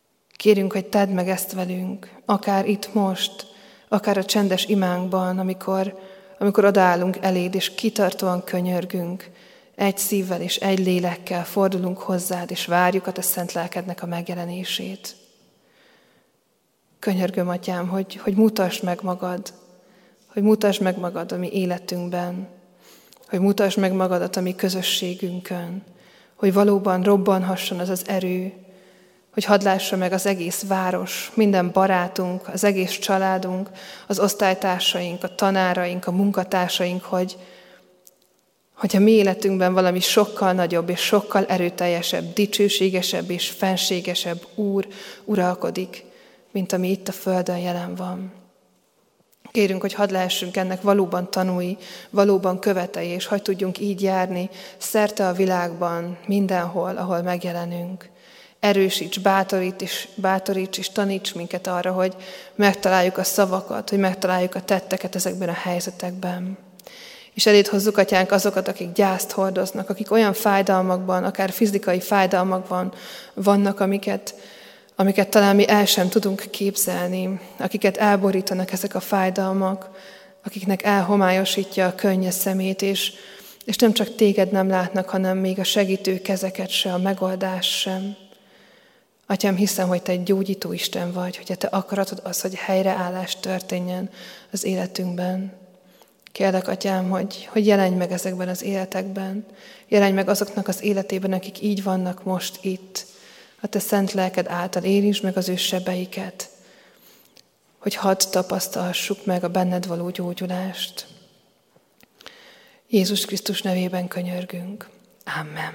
S1: Kérünk, hogy tedd meg ezt velünk, akár itt most, akár a csendes imánkban, amikor odaállunk eléd, és kitartóan könyörgünk, egy szívvel és egy lélekkel fordulunk hozzád, és várjuk a te szent lelkednek a megjelenését. Könyörgöm, Atyám, hogy mutasd meg magad a mi életünkben, hogy mutasd meg magadat a mi közösségünkön, hogy valóban robbanhasson az az erő, hogy hadd lássa meg az egész város, minden barátunk, az egész családunk, az osztálytársaink, a tanáraink, a munkatársaink, hogy a mi életünkben valami sokkal nagyobb és sokkal erőteljesebb, dicsőségesebb és fenségesebb Úr uralkodik, mint ami itt a földön jelen van. Kérünk, hogy hadd lehessünk ennek valóban tanúi, valóban követei, és hadd tudjunk így járni szerte a világban, mindenhol, ahol megjelenünk. Erősíts, bátoríts és taníts minket arra, hogy megtaláljuk a szavakat, hogy megtaláljuk a tetteket ezekben a helyzetekben. És eléd hozzuk, Atyánk, azokat, akik gyászt hordoznak, akik olyan fájdalmakban, akár fizikai fájdalmakban vannak, amiket talán mi el sem tudunk képzelni, akiket elborítanak ezek a fájdalmak, akiknek elhomályosítja a könnye szemét, és nem csak téged nem látnak, hanem még a segítő kezeket se, a megoldás sem. Atyám, hiszem, hogy te egy gyógyító Isten vagy, hogy te akaratod az, hogy helyreállás történjen az életünkben. Kérlek, Atyám, hogy jelenj meg ezekben az életekben, jelenj meg azoknak az életében, akik így vannak most itt. A te szent lelked által érintsd meg az ő sebeiket, hogy hadd tapasztalhassuk meg a benned való gyógyulást. Jézus Krisztus nevében könyörgünk. Amen.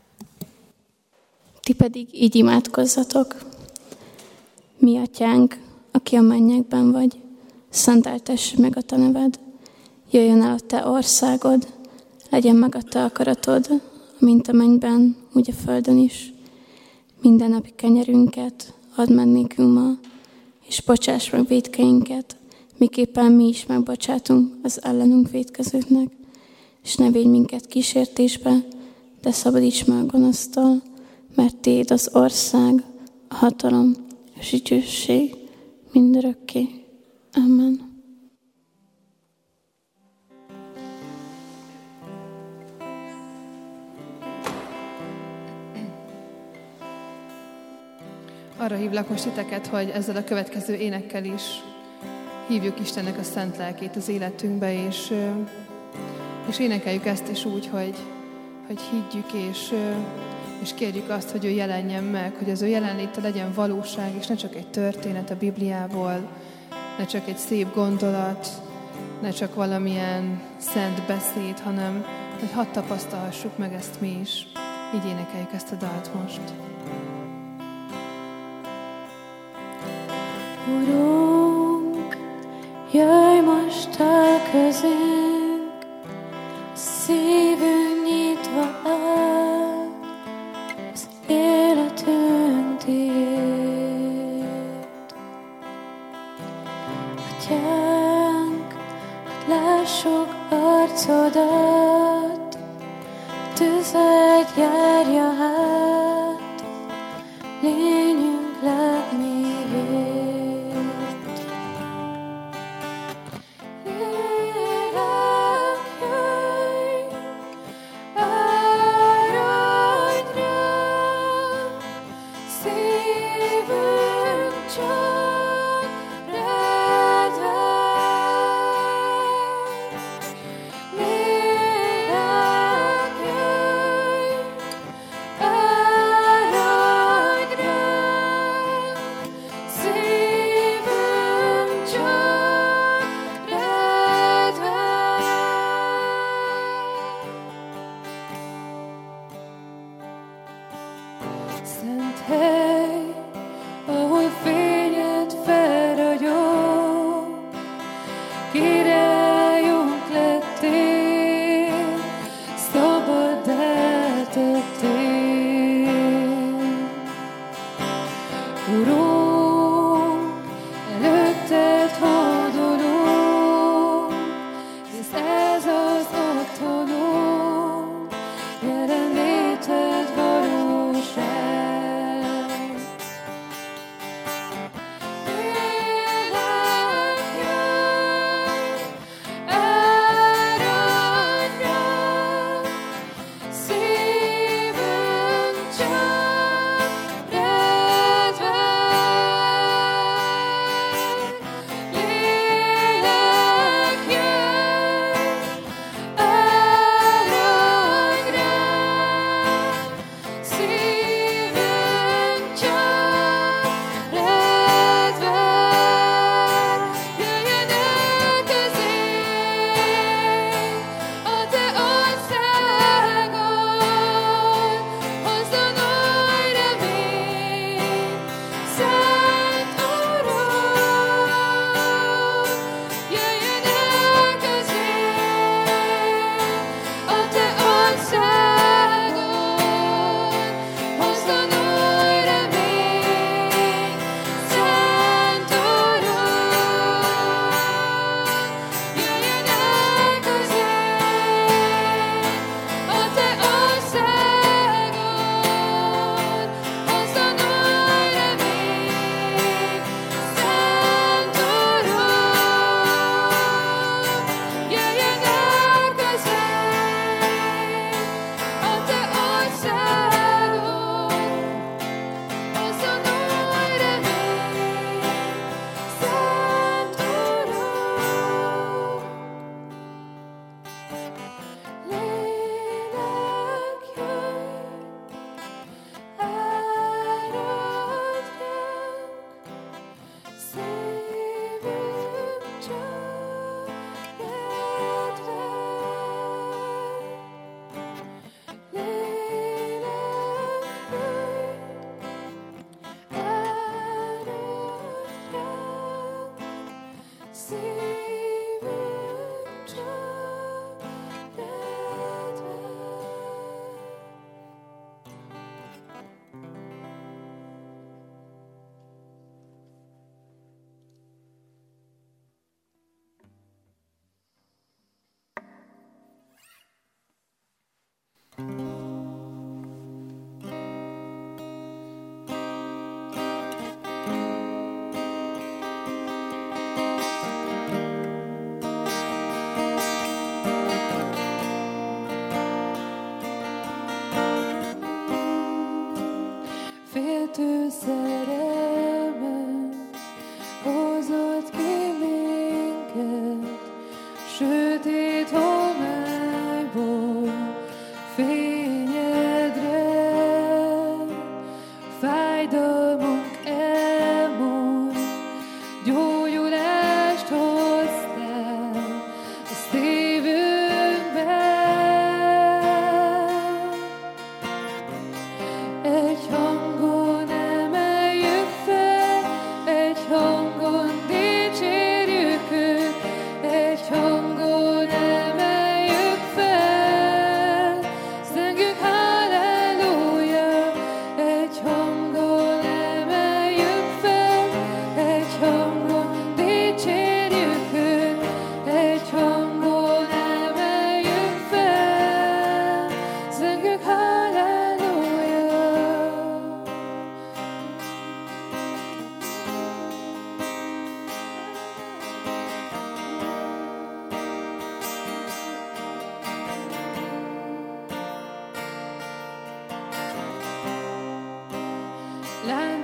S6: Ti pedig így imádkozzatok. Mi, Atyánk, aki a mennyekben vagy, szenteltesse meg a te neved. Jöjjön el a te országod, legyen meg a te akaratod, mint a mennyben, úgy a földön is. Mindennapi kenyerünket add meg nékünk ma, és bocsáss meg vétkeinket, miképpen mi is megbocsátunk az ellenünk vétkezőknek. És ne védj minket kísértésbe, de szabadíts meg a gonosztól, mert tiéd az ország, a hatalom és a dicsőség mindörökké. Amen.
S1: Arra hívlak most titeket, hogy ezzel a következő énekkel is hívjuk Istennek a szent lelkét az életünkbe, és énekeljük ezt is úgy, hogy higgyük, és kérjük azt, hogy ő jelenjen meg, hogy az ő jelenléte legyen valóság, és ne csak egy történet a Bibliából, ne csak egy szép gondolat, ne csak valamilyen szent beszéd, hanem hogy hadd tapasztalhassuk meg ezt mi is. Így énekeljük ezt a dalt most.
S2: Urunk, jöjj most el közénk, szívünk nyitva áll, az életünk tiéd. Atyánk, hogy lássuk arcodat, tüzed járja át, lényünk legmélyét. Áradj ránk,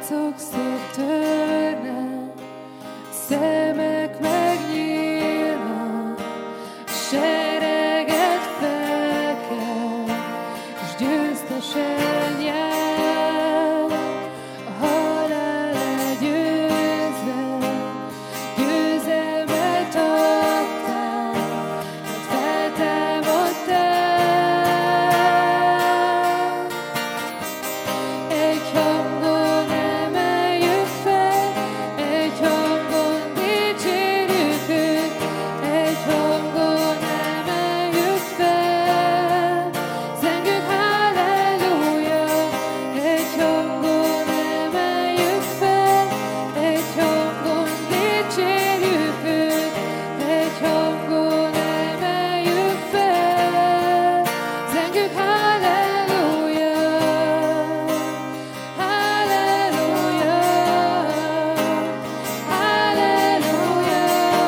S1: arcok széttörnek, szemek megnyílnak, sereget felkel, és győztesen jár, a halál legyőzve, győzelmet adtál, mert feltámadtál. Egy hangon emeljük fel, egy hangon dicsérjük őt, egy hangon emeljük fel, zengünk halleluja. Egy hangon emeljük fel, egy hangon dicsérjük őt, egy hangon emeljük fel, zengünk halleluja. Halleluja, halleluja,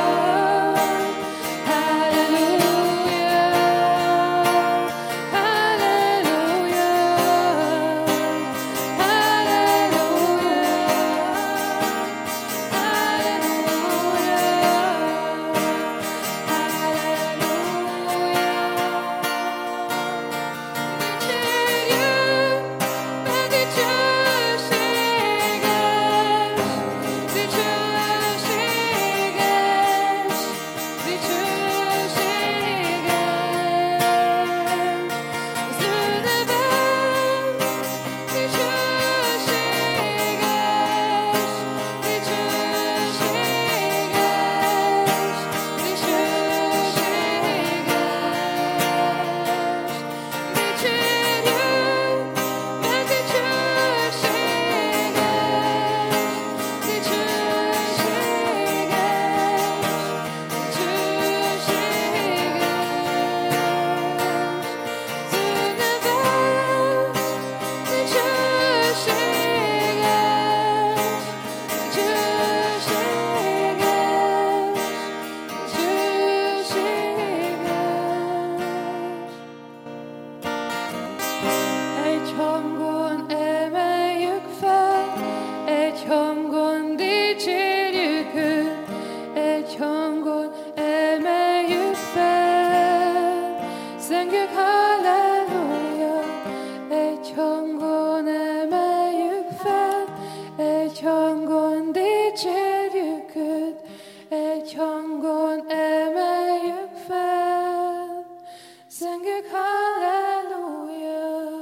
S1: egy hangon emeljük fel, egy hangon dicsérjük őt, egy hangon emeljük fel, zengünk halleluja. Egy hangon emeljük fel, egy hangon dicsérjük őt, egy hangon emeljük fel, zengünk halleluja.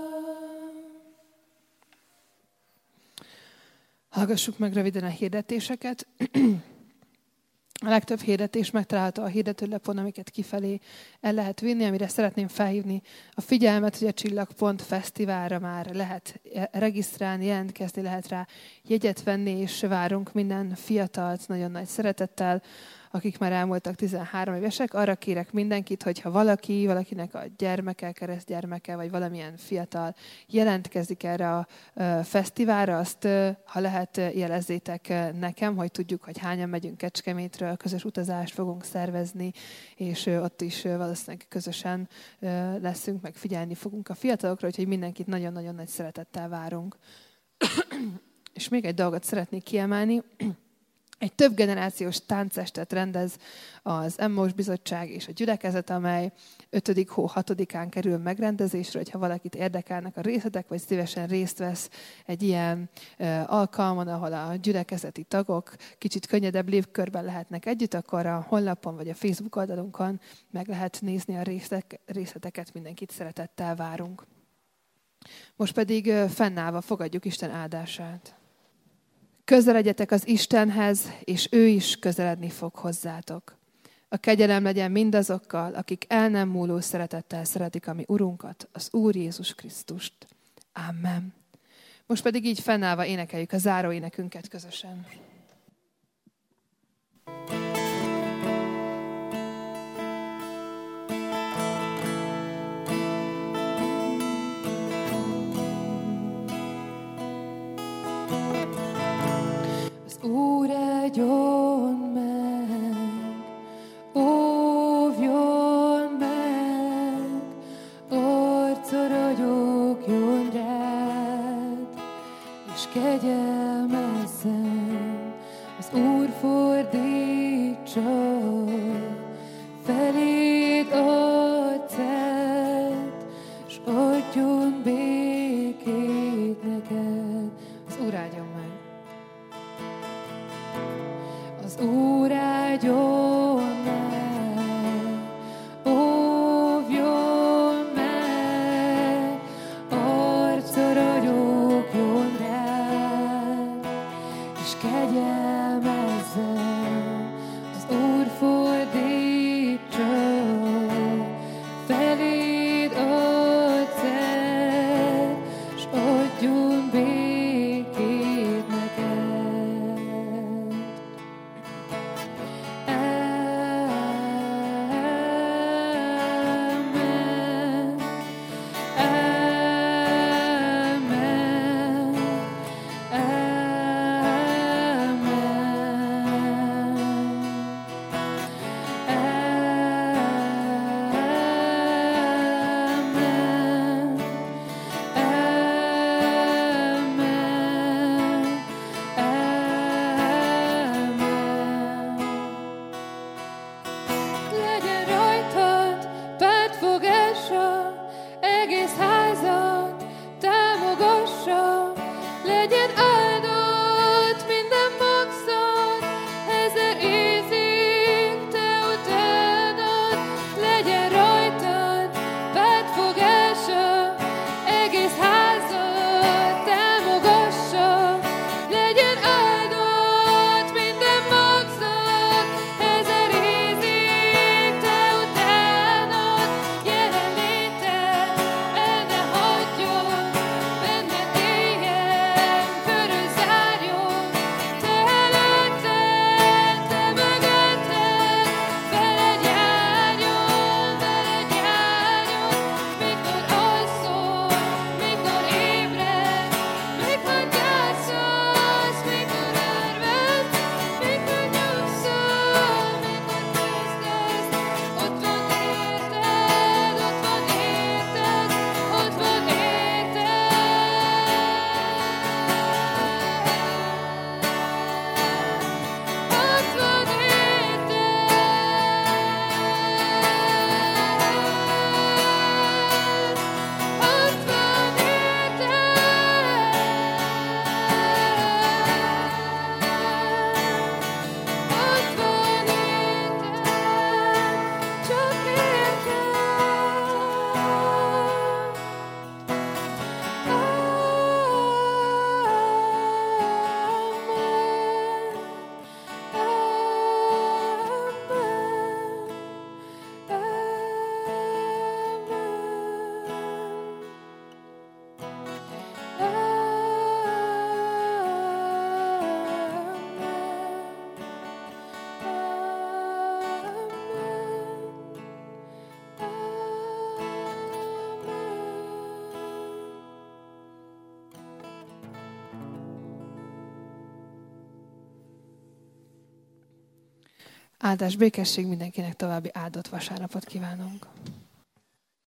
S7: Hallgassuk meg röviden a hirdetéseket. A legtöbb hirdetés megtalálható a hirdetőlapon, amiket kifelé el lehet vinni, amire szeretném felhívni a figyelmet, hogy a Csillagpont Fesztiválra már lehet regisztrálni, jelentkezni, lehet rá jegyet venni, és várunk minden fiatalt nagyon nagy szeretettel, akik már elmúltak 13 évesek. Arra kérek mindenkit, hogyha valakinek a gyermeke, keresztgyermeke, vagy valamilyen fiatal jelentkezik erre a fesztiválra, azt, ha lehet, jelezzétek nekem, hogy tudjuk, hogy hányan megyünk Kecskemétről, közös utazást fogunk szervezni, és ott is valószínűleg közösen leszünk, meg figyelni fogunk a fiatalokra, úgyhogy mindenkit nagyon-nagyon nagy szeretettel várunk. És még egy dolgot szeretnék kiemelni. Egy több generációs táncestet rendez az Emmaus Bizottság és a gyülekezet, amely 5. hó 6-án kerül megrendezésre, hogyha valakit érdekelnek a részletek, vagy szívesen részt vesz egy ilyen alkalmon, ahol a gyülekezeti tagok kicsit könnyedebb légkörben lehetnek együtt, akkor a honlapon vagy a Facebook oldalunkon meg lehet nézni a részleteket, mindenkit szeretettel várunk. Most pedig fennállva fogadjuk Isten áldását. Közeledjetek az Istenhez, és ő is közeledni fog hozzátok. A kegyelem legyen mindazokkal, akik el nem múló szeretettel szeretik a mi Urunkat, az Úr Jézus Krisztust. Amen. Most pedig így fennállva énekeljük a záróénekünket közösen.
S1: Úr, áldjon meg, óvjon meg, arca ragyogjon rád, és kegyelmet adjon békét neked. Az Úr áldjon meg. Az Úr áldjon meg, óvjon meg, arca ragyogjon rád, és kegyelmezzen. Az Úr fordítsa feléd arcát, s adjon békét neked. Legyen rajtad pártfogása, egész házat támogassa, legyen áldott minden magzat, 1000 évig te utánad. Legyen rajtad pártfogása, egész házat támogassa, legyen áldott minden magzat, 1000 évig te utánad. Jelenléte el ne hagyjon, benned éljen, körülzárjon, te előtted, te mögötted, veled járjon, mikor alszol, mikor ébredsz, mikor gyászolsz, mikor örvendsz, mikor nyugszol, mikor küzdesz. Ott van érted, ott van érted, ott van érted. Ott van Áldás, békesség mindenkinek, további áldott vasárnapot kívánunk.